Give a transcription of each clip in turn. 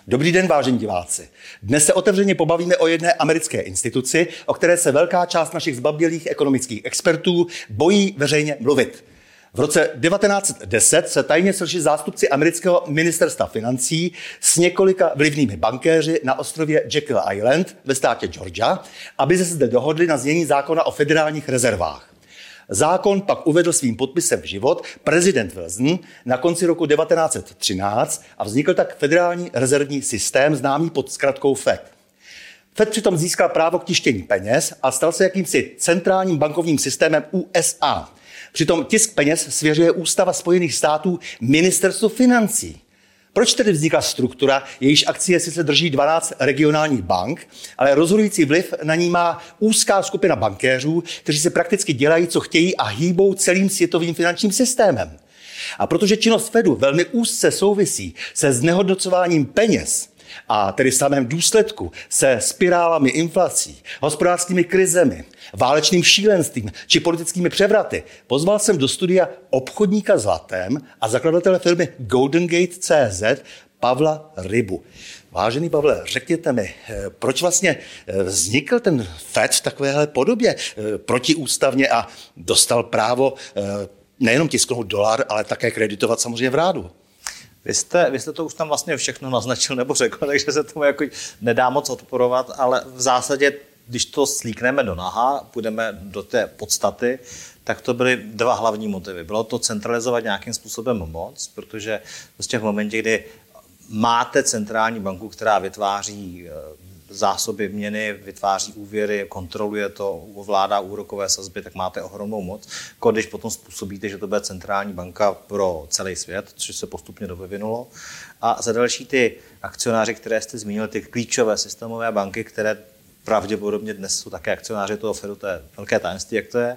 Dobrý den, vážení diváci. Dnes se otevřeně pobavíme o jedné americké instituci, o které se velká část našich zbabělých ekonomických expertů bojí veřejně mluvit. V roce 1910 se tajně sešli zástupci amerického ministerstva financí s několika vlivnými bankéři na ostrově Jekyll Island ve státě Georgia, aby se zde dohodli na znění zákona o federálních rezervách. Zákon pak uvedl svým podpisem v život prezident Wilson na konci roku 1913 a vznikl tak federální rezervní systém známý pod zkratkou FED. FED přitom získal právo k tištění peněz a stal se jakýmsi centrálním bankovním systémem USA. Přitom tisk peněz svěřuje Ústava Spojených států Ministerstvu financí. Proč tedy vznikla struktura, jejíž akcie sice drží 12 regionálních bank, ale rozhodující vliv na ní má úzká skupina bankéřů, kteří se prakticky dělají, co chtějí a hýbou celým světovým finančním systémem. A protože činnost Fedu velmi úzce souvisí se znehodnocováním peněz, a tedy v samém důsledku se spirálami inflací, hospodářskými krizemi, válečným šílenstvím či politickými převraty, pozval jsem do studia obchodníka zlatem a zakladatele firmy Golden Gate CZ Pavla Rybu. Vážený Pavle, řekněte mi, proč vlastně vznikl ten FED v takovéhle podobě protiústavně a dostal právo nejenom tisknout dolar, ale také kreditovat samozřejmě v rádu? Vy jste to už tam vlastně všechno naznačil nebo řekl, takže se tomu jako nedá moc odporovat, ale v zásadě, když to slíkneme do naha, půjdeme do té podstaty, tak to byly dva hlavní motivy. Bylo to centralizovat nějakým způsobem moc, protože prostě v momentě, kdy máte centrální banku, která vytváří zásoby měny, vytváří úvěry, kontroluje to, ovládá úrokové sazby, tak máte ohromnou moc. Když potom způsobíte, že to bude centrální banka pro celý svět, což se postupně dovyvinulo. A za další ty akcionáři, které jste zmínil, ty klíčové systémové banky, které pravděpodobně dnes jsou také akcionáři toho Fedu, to je velké tajemství, jak to je,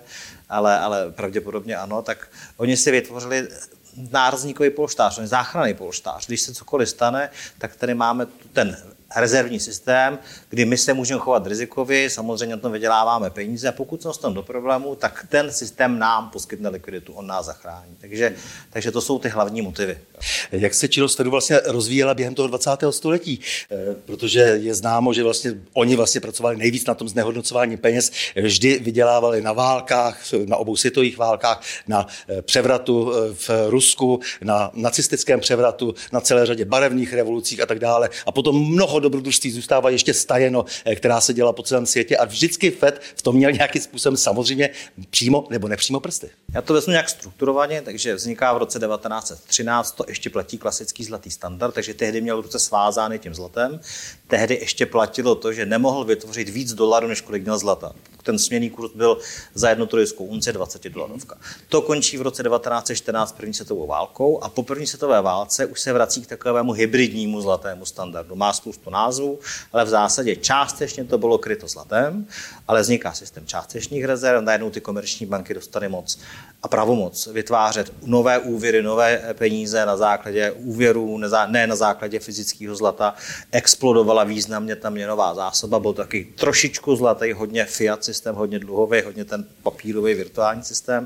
ale pravděpodobně ano, tak oni si vytvořili nárazníkový polštář, záchranný polštář. Když se cokoliv stane, tak tady máme ten rezervní systém, kdy my se můžeme chovat rizikově, samozřejmě na tom vyděláváme peníze a pokud se dostaneme do problému, tak ten systém nám poskytne likviditu, on nás zachrání. Takže to jsou ty hlavní motivy. Jak se činnost Fedu vlastně rozvíjela během toho 20. století? Protože je známo, že vlastně oni vlastně pracovali nejvíc na tom znehodnocování peněz, vždy vydělávali na válkách, na obou světových válkách, na převratu v Rusku, na nacistickém převratu, na celé řadě barevných revolucích a tak dále. A potom mnoho dobrodružství zůstává ještě stajeno, která se dělá po celém světě a vždycky FED v tom měl nějakým způsobem samozřejmě přímo nebo nepřímo prsty. Já to vezmu nějak strukturovaně, takže vzniká v roce 1913, to ještě platí klasický zlatý standard, takže tehdy měl ruce svázány tím zlatem. Tehdy ještě platilo to, že nemohl vytvořit víc dolarů, než kolik měl zlata. Ten směnný kurz byl za jednu trojskou unci 20 dolarovka. To končí v roce 1914 první světovou válkou a po první světové válce už se vrací k takovému hybridnímu zlatému standardu. Má spoustu názvů, ale v zásadě částečně to bylo kryto zlatem, ale vzniká systém částečných rezerv, najednou ty komerční banky dostaly moc a pravomoc vytvářet nové úvěry, nové peníze na základě úvěrů, ne na základě fyzického zlata. Explodovala významně ta měnová zásoba, byl taky trošičku zlatý, hodně fiat systém, hodně dluhový, hodně ten papírový virtuální systém.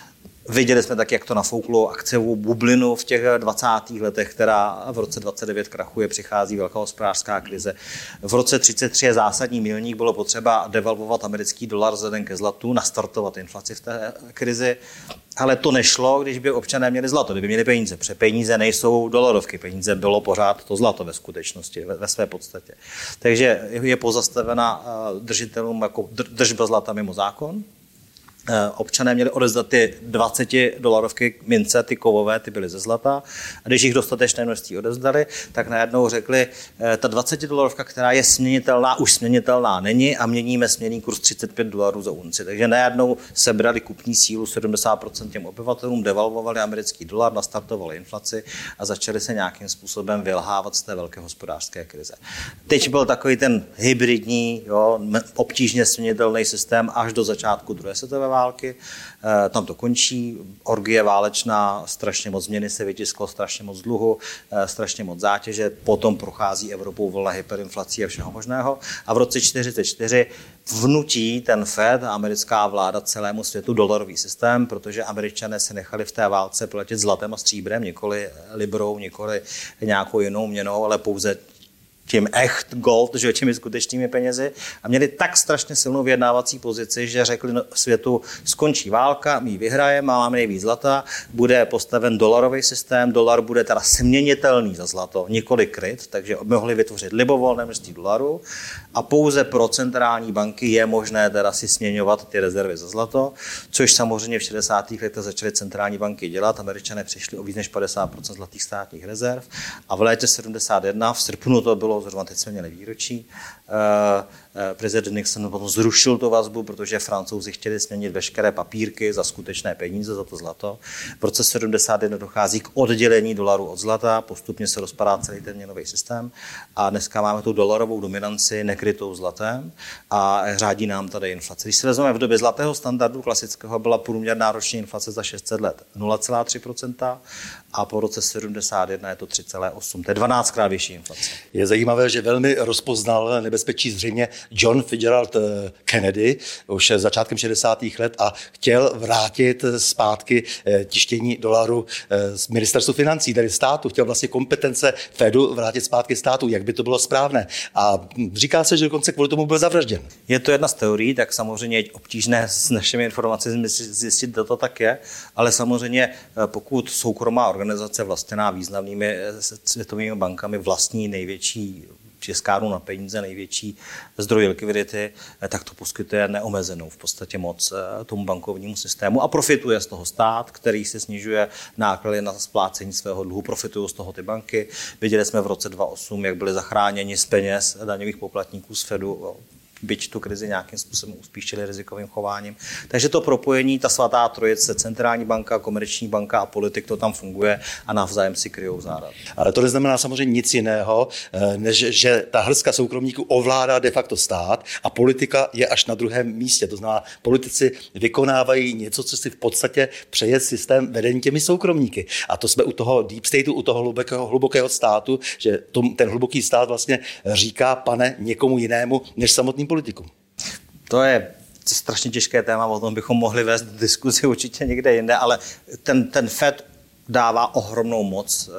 Viděli jsme tak, jak to nafouklo akciovou bublinu v těch 20. letech, která v roce 29 krachuje, přichází velká hospodářská krize. V roce 33 je zásadní milník, bylo potřeba devalvovat americký dolar vzhledem ke zlatu, nastartovat inflaci v té krizi, ale to nešlo, když by občané měli zlato, kdyby měli peníze. Protože peníze nejsou dolarovky, peníze bylo pořád to zlato ve skutečnosti, ve své podstatě. Takže je pozastavena držitelům jako držba zlata mimo zákon. Občané měli odevzdat ty 20 dolarovky mince, ty kovové, ty byly ze zlata. A když jich dostatečné množství odevzdali, tak najednou řekli, ta 20 dolarovka, která je směnitelná, už směnitelná není a měníme směnný kurz $35 za unci. Takže najednou sebrali kupní sílu 70% těm obyvatelům, devalvovali americký dolar, nastartovali inflaci a začali se nějakým způsobem vylhávat z té velké hospodářské krize. Teď byl takový ten hybridní, obtížně směnitelný systém až do začátku druhé světové války. Tam to končí, orgie válečná, strašně moc změny se vytisklo, strašně moc dluhu, strašně moc zátěže, potom prochází Evropou vlna hyperinflací a všeho možného. A v roce 1944 vnutí ten FED, americká vláda, celému světu dolarový systém, protože Američané se nechali v té válce platit zlatem a stříbrem, nikoli librou, nikoli nějakou jinou měnou, ale pouze tím echt gold, že těmi skutečnými penězi a měli tak strašně silnou vyjednávací pozici, že řekli světu, skončí válka, my ji vyhrajeme, máme nejvíc zlata, bude postaven dolarový systém, dolar bude teda směnitelný za zlato, nikoli kryt, takže mohli vytvořit libovolné množství dolarů a pouze pro centrální banky je možné teda si směňovat ty rezervy za zlato, což samozřejmě v 60. letech začaly centrální banky dělat. Američané přišli o víc než 50% zlatých státních rezerv a v létě 71, v srpnu to bylo, zrovna teď jsme měli výročí, prezident Nixon potom zrušil tu vazbu, protože Francouzi chtěli směnit veškeré papírky za skutečné peníze, za to zlato. V roce 71 dochází k oddělení dolaru od zlata, postupně se rozpadá celý ten měnový systém a dneska máme tu dolarovou dominanci nekrytou zlatem a řádí nám tady inflace. Když se vezmeme v době zlatého standardu klasického, byla průměrná roční inflace za 600 let 0,3% a po roce 71 je to 3,8%. To je 12krát vyšší inflace. Je zajímavé, že velmi rozpoznal nebezpečí zřejmě John Fitzgerald Kennedy už začátkem 60. let a chtěl vrátit zpátky tištění dolaru z ministerstvu financí, tedy státu. Chtěl vlastně kompetence Fedu vrátit zpátky státu, jak by to bylo správné. A říká se, že dokonce kvůli tomu byl zavražděn. Je to jedna z teorií, tak samozřejmě je obtížné s našimi informacemi zjistit, že to tak je, ale samozřejmě pokud soukromá organizace vlastněná významnými světovými bankami vlastní největší tiskárnu na peníze, největší zdroj likvidity, tak to poskytuje neomezenou v podstatě moc tomu bankovnímu systému a profituje z toho stát, který si snižuje náklady na splácení svého dluhu, profitují z toho ty banky. Viděli jsme v roce 2008, jak byli zachráněni z peněz daňových poplatníků z Fedu, byť tu krizi nějakým způsobem uspíšili rizikovým chováním. Takže to propojení, ta svatá trojice, centrální banka, komerční banka a politik, to tam funguje a navzájem si kryjou záda. Ale to neznamená samozřejmě nic jiného, než že ta hrstka soukromníků ovládá de facto stát a politika je až na druhém místě. To znamená, politici vykonávají něco, co si v podstatě přeje systém vedení těmi soukromníky. A to jsme u toho deep stateu, u toho hlubokého státu, že ten hluboký stát vlastně říká pane někomu jinému než samotným politikům. To je strašně těžké téma, o tom bychom mohli vést diskuzi určitě někde jinde, ale ten Fed dává ohromnou moc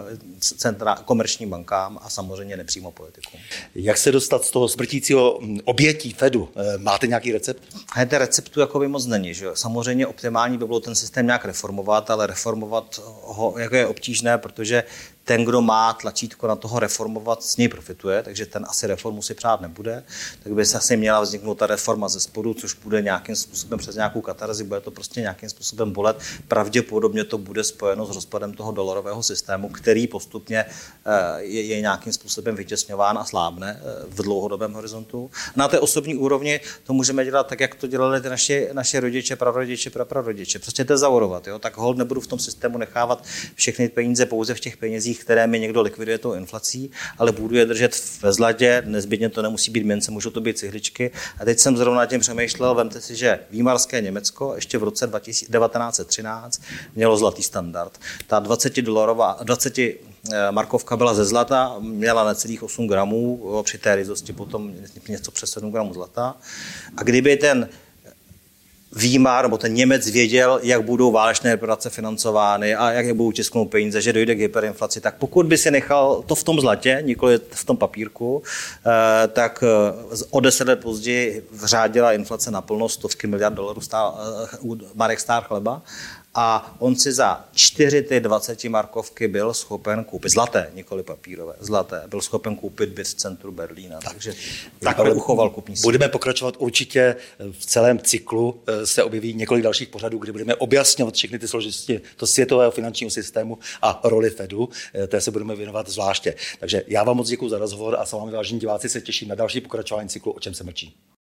komerčním bankám a samozřejmě nepřímo politikům. Jak se dostat z toho smrtícího obětí Fedu? Máte nějaký recept? Té receptu jakoby moc není. Že? Samozřejmě optimální by bylo ten systém nějak reformovat, ale reformovat ho jako je obtížné, protože ten, kdo má tlačítko na toho reformovat, z něj profituje, takže ten asi reformu si přát nebude. Tak by se asi měla vzniknout ta reforma ze spodu, což bude nějakým způsobem přes nějakou katarzi, bude to prostě nějakým způsobem bolet. Pravděpodobně to bude spojeno s rozpadem toho dolarového systému, který postupně je nějakým způsobem vytěsňován a slábne v dlouhodobém horizontu. Na té osobní úrovni to můžeme dělat tak, jak to dělali ty naše rodiče, pravrodiče, praprarodiče. Prostě tezaurovat, jo? Tak hold nebudu v tom systému nechávat všechny peníze pouze v těch penězích, které mi někdo likviduje tou inflací, ale budu je držet ve zlatě, nezbytně to nemusí být mince, můžou to být cihličky. A teď jsem zrovna tím přemýšlel, vemte si, že výmarské Německo ještě v roce 1913 mělo zlatý standard. Ta 20 markovka byla ze zlata, měla necelých 8 gramů, při té ryzosti potom něco přes 7 gramů zlata. A kdyby ten Výmar, nebo ten Němec věděl, jak budou válečné reparace financovány a jak budou tisknout peníze, že dojde k hyperinflaci, tak pokud by si nechal to v tom zlatě, nikoli v tom papírku, tak o 10 let později vřádila inflace naplno, $100 miliard marek stál chleba. A on si za 4 ty 20 markovky byl schopen koupit zlaté, nikoli papírové, zlaté. Byl schopen koupit byt v centru Berlína. Takže takhle uchoval kupní sílu. Budeme pokračovat určitě v celém cyklu. Se objeví několik dalších pořadů, kde budeme objasňovat všechny ty složitosti toho světového finančního systému a roli Fedu. Té se budeme věnovat zvláště. Takže já vám moc děkuji za rozhovor a s vámi, vážení diváci, se těším na další pokračování cyklu O čem se mlčí.